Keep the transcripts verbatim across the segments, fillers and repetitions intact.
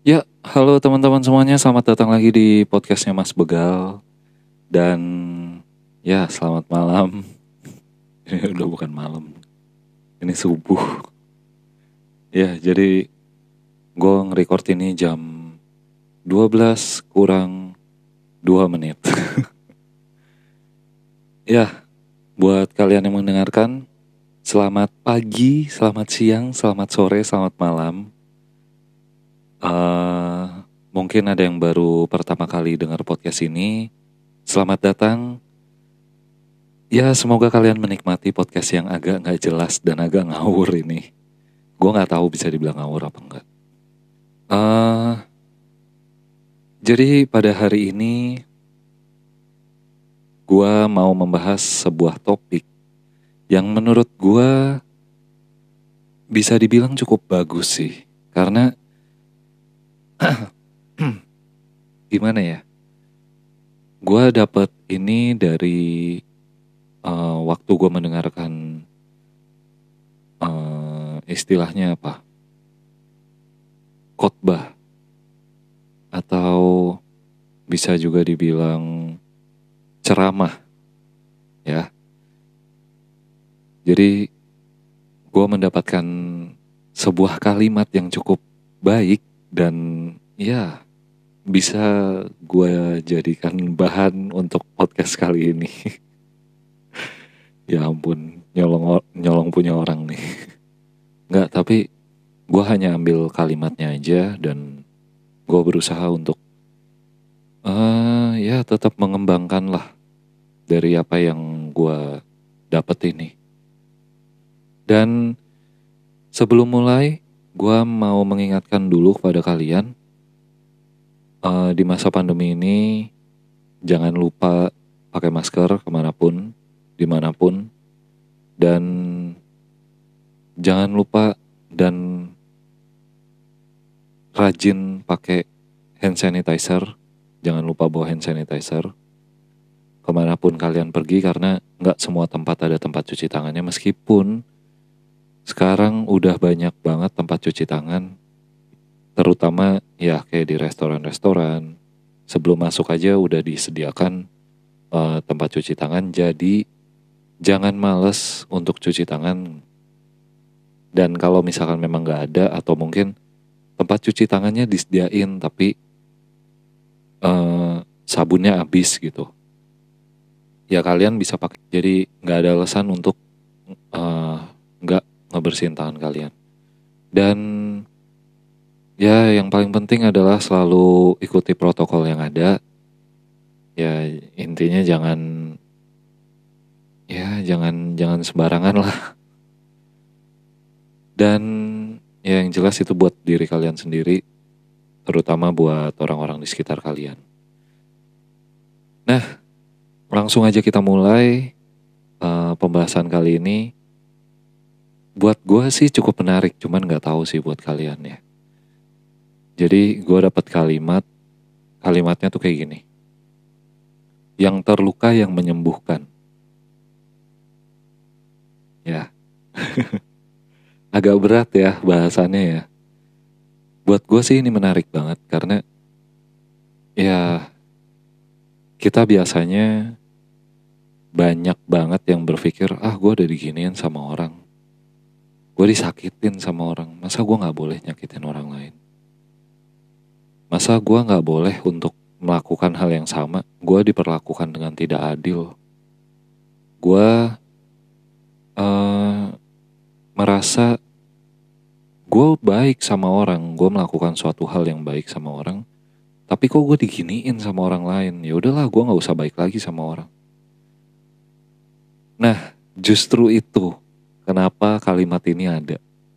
Ya, halo teman-teman semuanya, selamat datang lagi di podcastnya Mas Begal. Dan ya, selamat malam. Ini udah bukan malam, ini subuh. Ya, jadi gue nge-record ini jam dua belas kurang dua menit. Ya, buat kalian yang mendengarkan, selamat pagi, selamat siang, selamat sore, selamat malam. Eh, Mungkin ada yang baru pertama kali dengar podcast ini. Selamat datang. Ya, semoga kalian menikmati podcast yang agak nggak jelas dan agak ngawur ini. Gue nggak tahu bisa dibilang ngawur apa enggak. Eh, jadi pada hari ini gue mau membahas sebuah topik yang menurut gue bisa dibilang cukup bagus sih. Karena gimana ya? Gue dapet ini dari eh, waktu gue mendengarkan eh, istilahnya apa? Khotbah atau bisa juga dibilang ceramah ya. Jadi gue mendapatkan sebuah kalimat yang cukup baik dan ya bisa gue jadikan bahan untuk podcast kali ini. Ya ampun, nyolong nyolong punya orang nih. Nggak, tapi gue hanya ambil kalimatnya aja dan gue berusaha untuk eh ya tetap mengembangkan lah dari apa yang gue dapet ini. Dan sebelum mulai, gue mau mengingatkan dulu kepada kalian, uh, di masa pandemi ini, jangan lupa pakai masker kemanapun, dimanapun, dan jangan lupa dan rajin pakai hand sanitizer. Jangan lupa bawa hand sanitizer kemanapun kalian pergi, karena nggak semua tempat ada tempat cuci tangannya, meskipun sekarang udah banyak banget tempat cuci tangan, terutama ya kayak di restoran-restoran. Sebelum masuk aja udah disediakan uh, tempat cuci tangan. Jadi jangan males untuk cuci tangan. Dan kalau misalkan memang nggak ada atau mungkin tempat cuci tangannya disediain tapi uh, sabunnya habis gitu, ya kalian bisa pakai. Jadi nggak ada alasan untuk uh, nggak ngebersihin tangan kalian. Dan ya yang paling penting adalah selalu ikuti protokol yang ada. Ya intinya jangan ya jangan jangan sembarangan lah. Dan ya yang jelas itu buat diri kalian sendiri, terutama buat orang-orang di sekitar kalian. Nah, langsung aja kita mulai uh, pembahasan kali ini. Buat gue sih cukup menarik, cuman gak tahu sih buat kalian ya. Jadi gue dapat kalimat, kalimatnya tuh kayak gini. Yang terluka yang menyembuhkan. Ya, agak berat ya bahasannya ya. Buat gue sih ini menarik banget karena ya kita biasanya banyak banget yang berpikir, ah gue udah diginiin sama orang, gue disakitin sama orang, masa gue gak boleh nyakitin orang lain? Masa gue gak boleh untuk melakukan hal yang sama? Gue diperlakukan dengan tidak adil. Gue uh, merasa gue baik sama orang, gue melakukan suatu hal yang baik sama orang, tapi kok gue diginiin sama orang lain? Ya udahlah, gue gak usah baik lagi sama orang. Nah, justru itu kenapa kalimat ini ada.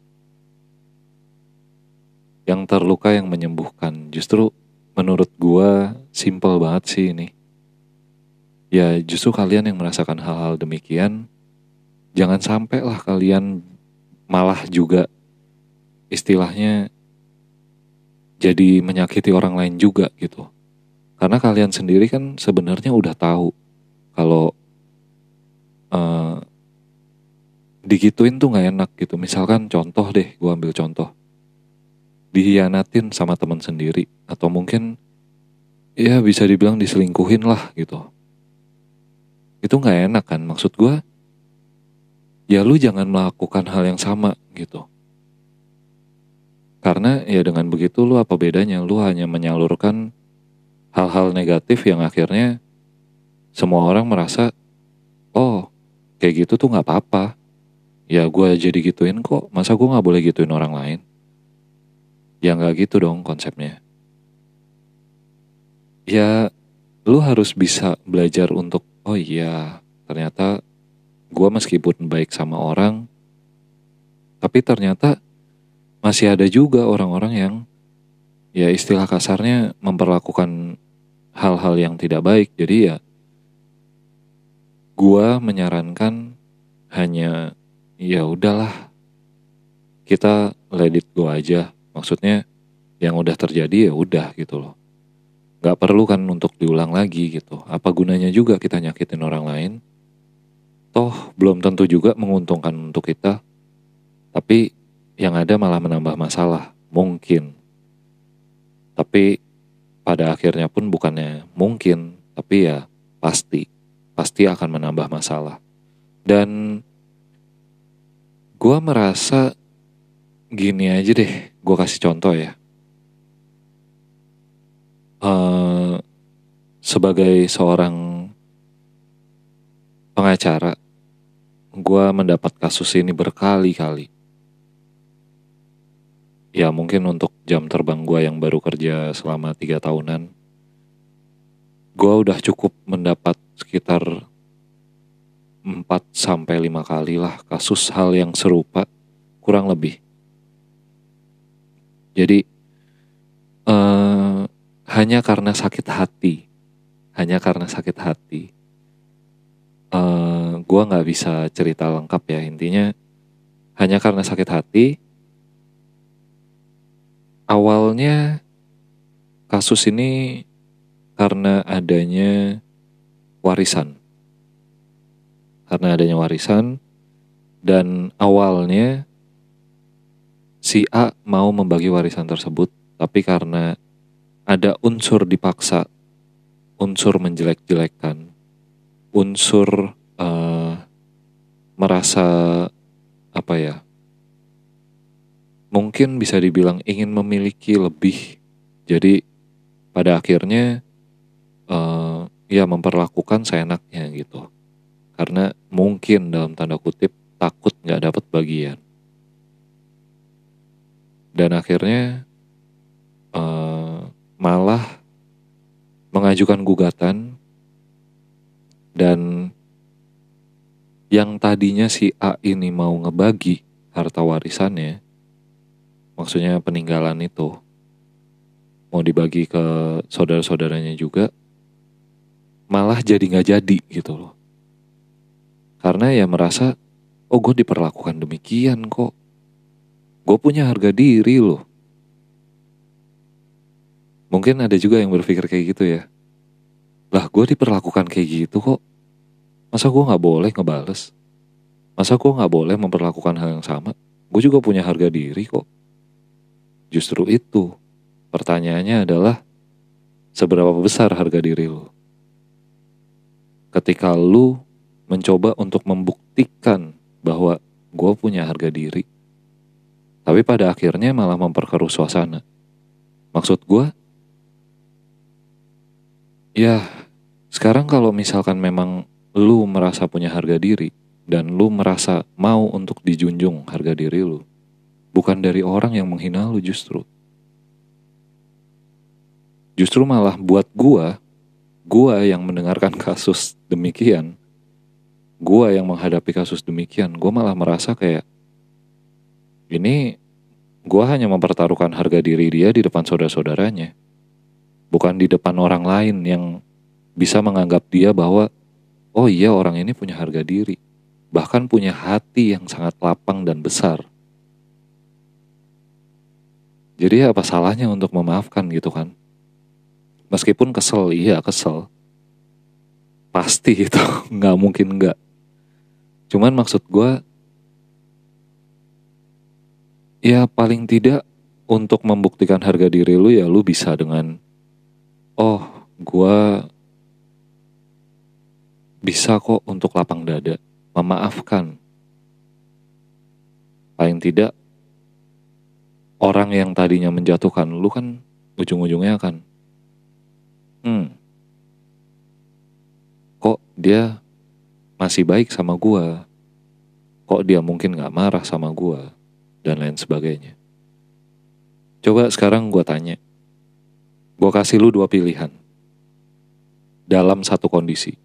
Yang terluka yang menyembuhkan. Justru menurut gue simple banget sih ini. Ya justru kalian yang merasakan hal-hal demikian, jangan sampai lah kalian malah juga istilahnya jadi menyakiti orang lain juga gitu. Karena kalian sendiri kan sebenarnya udah tahu kalau uh, digituin tuh gak enak gitu. Misalkan contoh deh, gue ambil contoh. dihianatin sama teman sendiri, atau mungkin ya bisa dibilang diselingkuhin lah gitu. Itu nggak enak kan, maksud gue ya lu jangan melakukan hal yang sama gitu. Karena ya dengan begitu lu apa bedanya, lu hanya menyalurkan hal-hal negatif yang akhirnya semua orang merasa oh kayak gitu tuh nggak apa-apa. Ya gue jadi gituin kok, masa gue nggak boleh gituin orang lain? Ya nggak gitu dong konsepnya. Ya lu harus bisa belajar untuk oh iya ternyata gue meskipun baik sama orang, tapi ternyata masih ada juga orang-orang yang ya istilah kasarnya memperlakukan hal-hal yang tidak baik. Jadi ya gue menyarankan hanya ya udahlah kita let it go aja. Maksudnya yang udah terjadi ya udah gitu loh. Gak perlu kan untuk diulang lagi gitu. Apa gunanya juga kita nyakitin orang lain? Toh belum tentu juga menguntungkan untuk kita. Tapi yang ada malah menambah masalah. Mungkin. Tapi pada akhirnya pun bukannya mungkin. Tapi ya pasti. Pasti akan menambah masalah. Dan gue merasa gini aja deh. Gue kasih contoh ya. Uh, sebagai seorang pengacara, gue mendapat kasus ini berkali-kali. Ya mungkin untuk jam terbang gue yang baru kerja selama tiga tahunan, gue udah cukup mendapat sekitar empat sampai lima kali lah kasus hal yang serupa, kurang lebih. Jadi uh, hanya karena sakit hati, hanya karena sakit hati, uh, gue nggak bisa cerita lengkap ya, intinya hanya karena sakit hati. Awalnya kasus ini karena adanya warisan, karena adanya warisan dan awalnya si A mau membagi warisan tersebut, tapi karena ada unsur dipaksa, unsur menjelek-jelekkan, unsur uh, merasa apa ya, mungkin bisa dibilang ingin memiliki lebih. Jadi pada akhirnya uh, ya memperlakukan seenaknya gitu. Karena mungkin dalam tanda kutip takut gak dapat bagian. Dan akhirnya uh, malah mengajukan gugatan. Dan yang tadinya si A ini mau ngebagi harta warisannya, maksudnya peninggalan itu, mau dibagi ke saudara-saudaranya juga, malah jadi gak jadi gitu loh. Karena ya merasa, oh gue diperlakukan demikian kok. Gue punya harga diri loh. Mungkin ada juga yang berpikir kayak gitu ya. Lah gue diperlakukan kayak gitu kok. Masa gue gak boleh ngebales? Masa gue gak boleh memperlakukan hal yang sama? Gue juga punya harga diri kok. Justru itu. Pertanyaannya adalah, seberapa besar harga diri lo? Ketika lu mencoba untuk membuktikan bahwa gue punya harga diri, tapi pada akhirnya malah memperkeruh suasana. Maksud gue, ya sekarang kalau misalkan memang lu merasa punya harga diri, dan lu merasa mau untuk dijunjung harga diri lu, bukan dari orang yang menghina lu justru. Justru malah buat gue, gue yang mendengarkan kasus demikian, gue yang menghadapi kasus demikian, gue malah merasa kayak, ini gue hanya mempertaruhkan harga diri dia di depan saudara-saudaranya. Bukan di depan orang lain yang bisa menganggap dia bahwa, oh iya orang ini punya harga diri. Bahkan punya hati yang sangat lapang dan besar. Jadi apa salahnya untuk memaafkan gitu kan? Meskipun kesel, iya kesel. Pasti itu, gak mungkin gak. Cuman maksud gue, ya paling tidak untuk membuktikan harga diri lu ya lu bisa dengan, oh gue bisa kok untuk lapang dada, memaafkan. Paling tidak orang yang tadinya menjatuhkan lu kan ujung-ujungnya akan, hmm, kok dia masih baik sama gue, kok dia mungkin gak marah sama gue, dan lain sebagainya. Coba sekarang gue tanya, gue kasih lu dua pilihan dalam satu kondisi.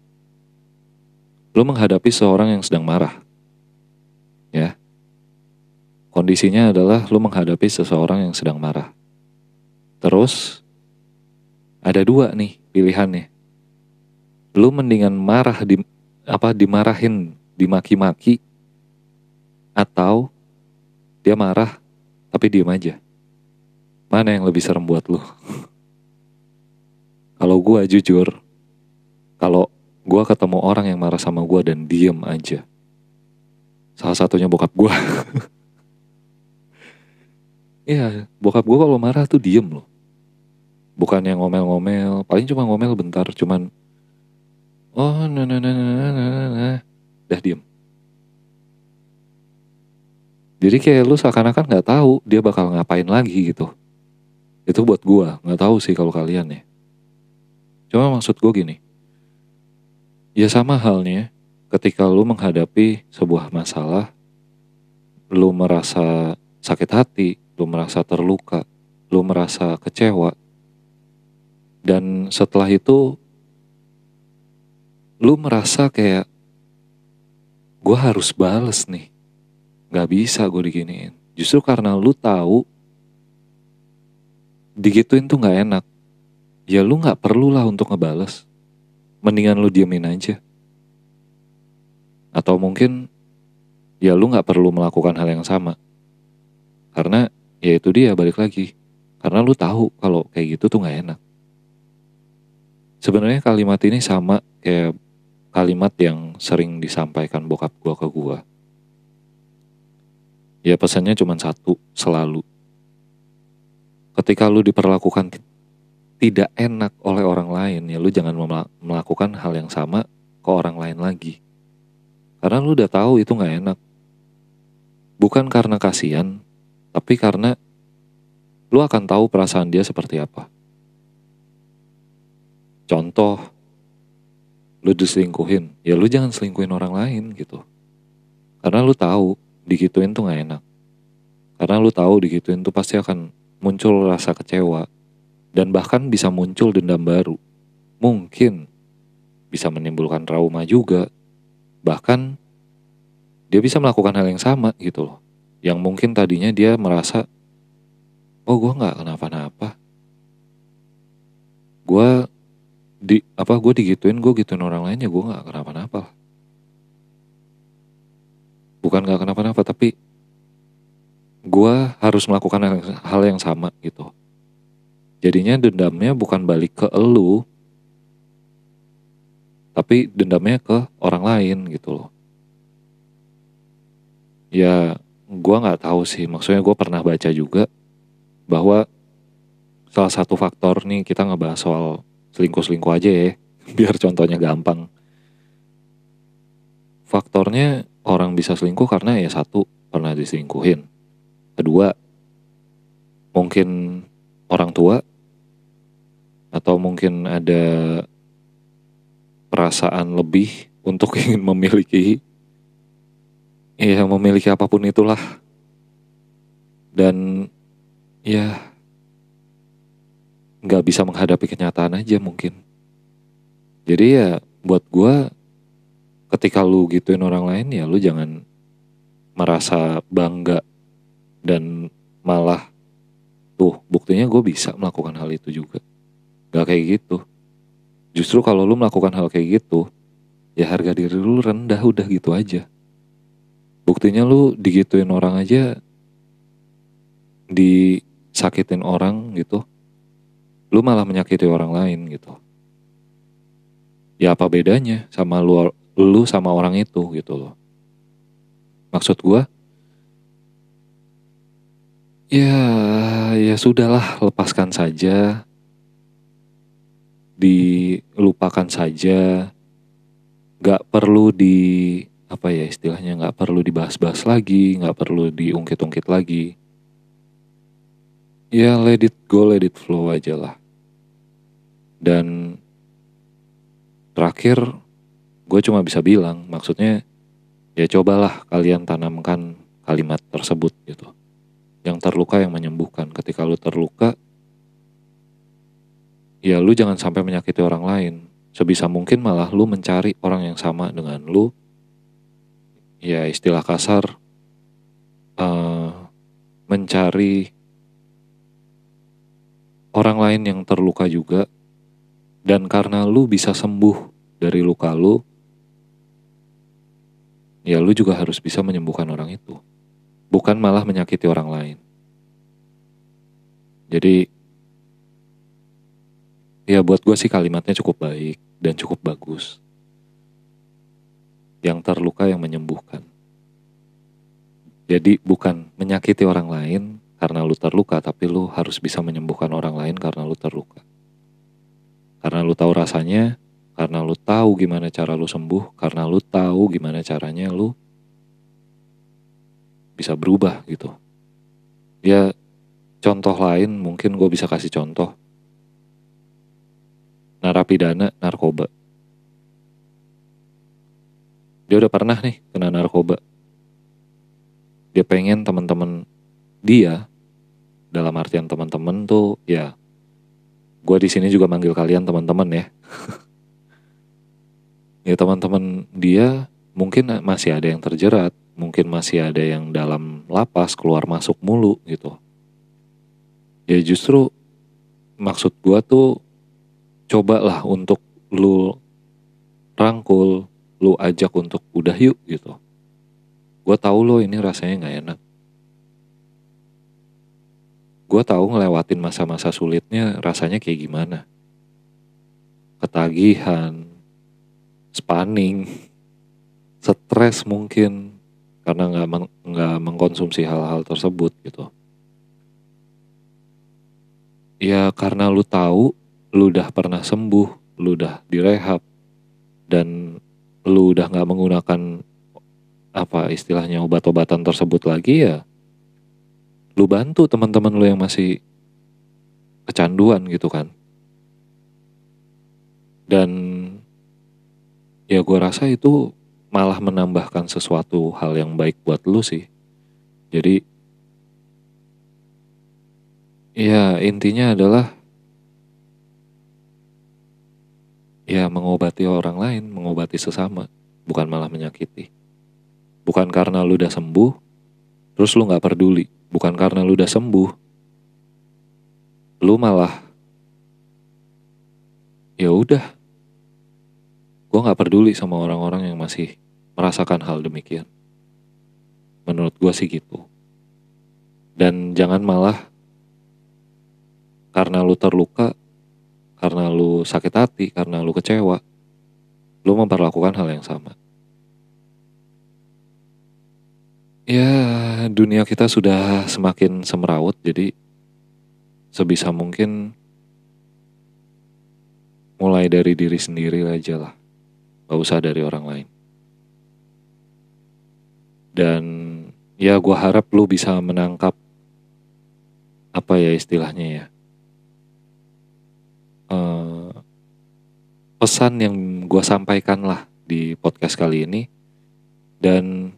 Lu menghadapi seorang yang sedang marah, ya. Kondisinya adalah lu menghadapi seseorang yang sedang marah. Terus ada dua nih pilihannya. Lu mendingan marah di apa dimarahin, dimaki-maki, atau dia marah tapi diem aja. Mana yang lebih serem buat lu? Kalau gue jujur, kalau gue ketemu orang yang marah sama gue dan diem aja, salah satunya bokap gue. Iya, bokap gue kalau marah tuh diem loh. Bukan yang ngomel-ngomel, paling cuma ngomel bentar, cuman oh nah nah nah nah nah nah, dah diem. Jadi kayak lu seakan-akan nggak tahu dia bakal ngapain lagi gitu. Itu buat gue, nggak tahu sih kalau kalian ya. Cuma maksud gue gini, ya sama halnya ketika lu menghadapi sebuah masalah, lu merasa sakit hati, lu merasa terluka, lu merasa kecewa, dan setelah itu lu merasa kayak gue harus bales nih, gak bisa gue diginiin. Justru karena lu tahu digituin tuh gak enak, ya lu gak perlulah untuk ngebales. Mendingan lu diemin aja. Atau mungkin ya lu gak perlu melakukan hal yang sama. Karena ya itu dia, balik lagi, karena lu tahu kalau kayak gitu tuh gak enak. Sebenarnya kalimat ini sama kayak kalimat yang sering disampaikan bokap gua ke gua. Ya pesannya cuma satu, selalu. Ketika lu diperlakukan tidak enak oleh orang lain, ya lu jangan melakukan hal yang sama ke orang lain lagi. Karena lu udah tahu itu gak enak. Bukan karena kasihan, tapi karena lu akan tahu perasaan dia seperti apa. Contoh, lu diselingkuhin, ya lu jangan selingkuhin orang lain gitu. Karena lu tahu digituin tuh gak enak. Karena lu tahu digituin tuh pasti akan muncul rasa kecewa, dan bahkan bisa muncul dendam baru. Mungkin bisa menimbulkan trauma juga. Bahkan dia bisa melakukan hal yang sama gitu loh. Yang mungkin tadinya dia merasa, oh gue gak kenapa-napa, gue di apa gue digituin, gue gituin orang lain, ya gue gak kenapa-napa. Bukan gak kenapa-napa, tapi gue harus melakukan hal, hal yang sama gitu. Jadinya dendamnya bukan balik ke elu, tapi dendamnya ke orang lain gitu loh. Ya gue gak tahu sih, maksudnya gue pernah baca juga bahwa salah satu faktor nih, kita ngebahas soal selingkuh-selingkuh aja ya, biar contohnya gampang. Faktornya orang bisa selingkuh karena ya satu, pernah diselingkuhin. Kedua, mungkin orang tua, atau mungkin ada perasaan lebih untuk ingin memiliki, ya memiliki apapun itulah. Dan ya gak bisa menghadapi kenyataan aja mungkin. Jadi ya buat gue, ketika lu gituin orang lain, ya lu jangan merasa bangga dan malah tuh buktinya gue bisa melakukan hal itu juga. Gak kayak gitu. Justru kalau lu melakukan hal kayak gitu, ya harga diri lu rendah, udah gitu aja. Buktinya lu digituin orang aja, disakitin orang gitu, lu malah menyakiti orang lain gitu. Ya apa bedanya sama lu, lu sama orang itu gitu loh. Maksud gue, Ya, ya sudahlah, lepaskan saja, dilupakan saja, gak perlu di apa ya istilahnya, gak perlu dibahas-bahas lagi, gak perlu diungkit-ungkit lagi. Ya let it go, let it flow aja lah. Dan terakhir gue cuma bisa bilang, maksudnya ya cobalah kalian tanamkan kalimat tersebut gitu. Yang terluka yang menyembuhkan. Ketika lu terluka, ya lu jangan sampai menyakiti orang lain. Sebisa mungkin malah lu mencari orang yang sama dengan lu. Ya istilah kasar, uh, mencari orang lain yang terluka juga. Dan karena lu bisa sembuh dari luka lu, ya lu juga harus bisa menyembuhkan orang itu. Bukan malah menyakiti orang lain. Jadi ya buat gue sih kalimatnya cukup baik dan cukup bagus. Yang terluka yang menyembuhkan. Jadi bukan menyakiti orang lain karena lu terluka, tapi lu harus bisa menyembuhkan orang lain karena lu terluka. Karena lu tahu rasanya, karena lu tahu gimana cara lu sembuh, karena lu tahu gimana caranya lu bisa berubah gitu. Ya contoh lain mungkin gue bisa kasih contoh. Narapidana narkoba. Dia udah pernah nih kena narkoba. Dia pengen teman-teman dia, dalam artian teman-teman tuh ya, gue di sini juga manggil kalian teman-teman ya. Ya teman-teman dia mungkin masih ada yang terjerat, mungkin masih ada yang dalam lapas keluar masuk mulu gitu. Ya justru maksud gue tuh cobalah untuk lu rangkul, lu ajak untuk udah yuk gitu. Gue tahu lo ini rasanya nggak enak. Gue tahu ngelewatin masa-masa sulitnya rasanya kayak gimana. Ketagihan, spanning, stres mungkin karena nggak meng, nggak mengkonsumsi hal-hal tersebut gitu. Ya karena lu tahu, lu udah pernah sembuh, lu udah direhab, dan lu udah nggak menggunakan apa istilahnya obat-obatan tersebut lagi, ya lu bantu teman-teman lu yang masih kecanduan gitu kan. Dan ya gue rasa itu malah menambahkan sesuatu hal yang baik buat lu sih. Jadi ya intinya adalah ya mengobati orang lain, mengobati sesama, bukan malah menyakiti. Bukan karena lu udah sembuh terus lu gak peduli. Bukan karena lu udah sembuh lu malah ya udah, gue gak peduli sama orang-orang yang masih merasakan hal demikian. Menurut gue sih gitu. Dan jangan malah karena lu terluka, karena lu sakit hati, karena lu kecewa, lu memperlakukan hal yang sama. Ya dunia kita sudah semakin semrawut, jadi sebisa mungkin mulai dari diri sendiri aja lah, gak usah dari orang lain. Dan ya gue harap lu bisa menangkap apa ya istilahnya ya, uh, pesan yang gue sampaikan lah di podcast kali ini. Dan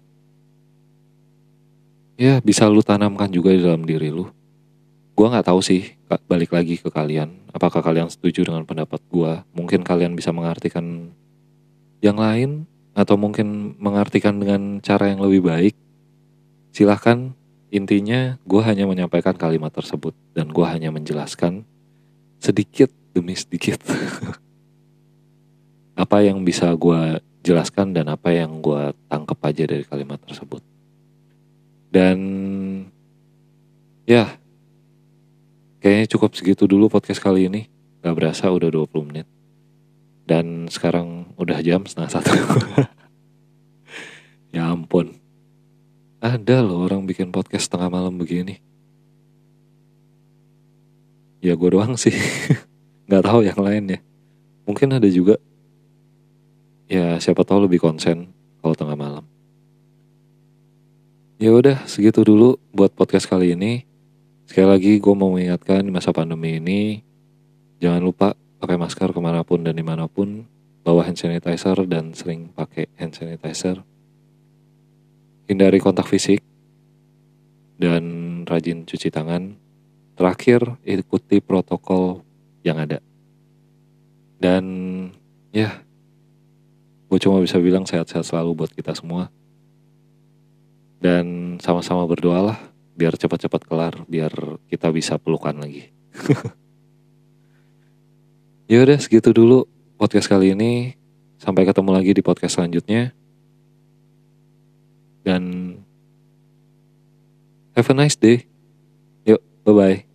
ya bisa lu tanamkan juga di dalam diri lu. Gue gak tahu sih, balik lagi ke kalian, apakah kalian setuju dengan pendapat gue. Mungkin kalian bisa mengartikan yang lain, atau mungkin mengartikan dengan cara yang lebih baik. Silahkan, intinya gue hanya menyampaikan kalimat tersebut. Dan gue hanya menjelaskan sedikit demi sedikit apa yang bisa gue jelaskan dan apa yang gue tangkap aja dari kalimat tersebut. Dan ya kayaknya cukup segitu dulu podcast kali ini. Gak berasa udah dua puluh menit. Dan sekarang udah jam setengah satu. Ya ampun, ada loh orang bikin podcast tengah malam begini. ya gue doang sih. Nggak tahu yang lain ya. Mungkin ada juga, ya siapa tahu lebih konsen kalau tengah malam. Ya udah segitu dulu buat podcast kali ini. Sekali lagi gue mau mengingatkan di masa pandemi ini, jangan lupa pakai masker kemanapun dan dimanapun, bawa hand sanitizer dan sering pakai hand sanitizer, hindari kontak fisik, dan rajin cuci tangan. Terakhir, ikuti protokol yang ada. Dan ya, gue cuma bisa bilang sehat-sehat selalu buat kita semua. Dan sama-sama berdoalah biar cepat-cepat kelar, biar kita bisa pelukan lagi. Ya udah segitu dulu podcast kali ini. Sampai ketemu lagi di podcast selanjutnya. Dan have a nice day. Yuk, bye-bye.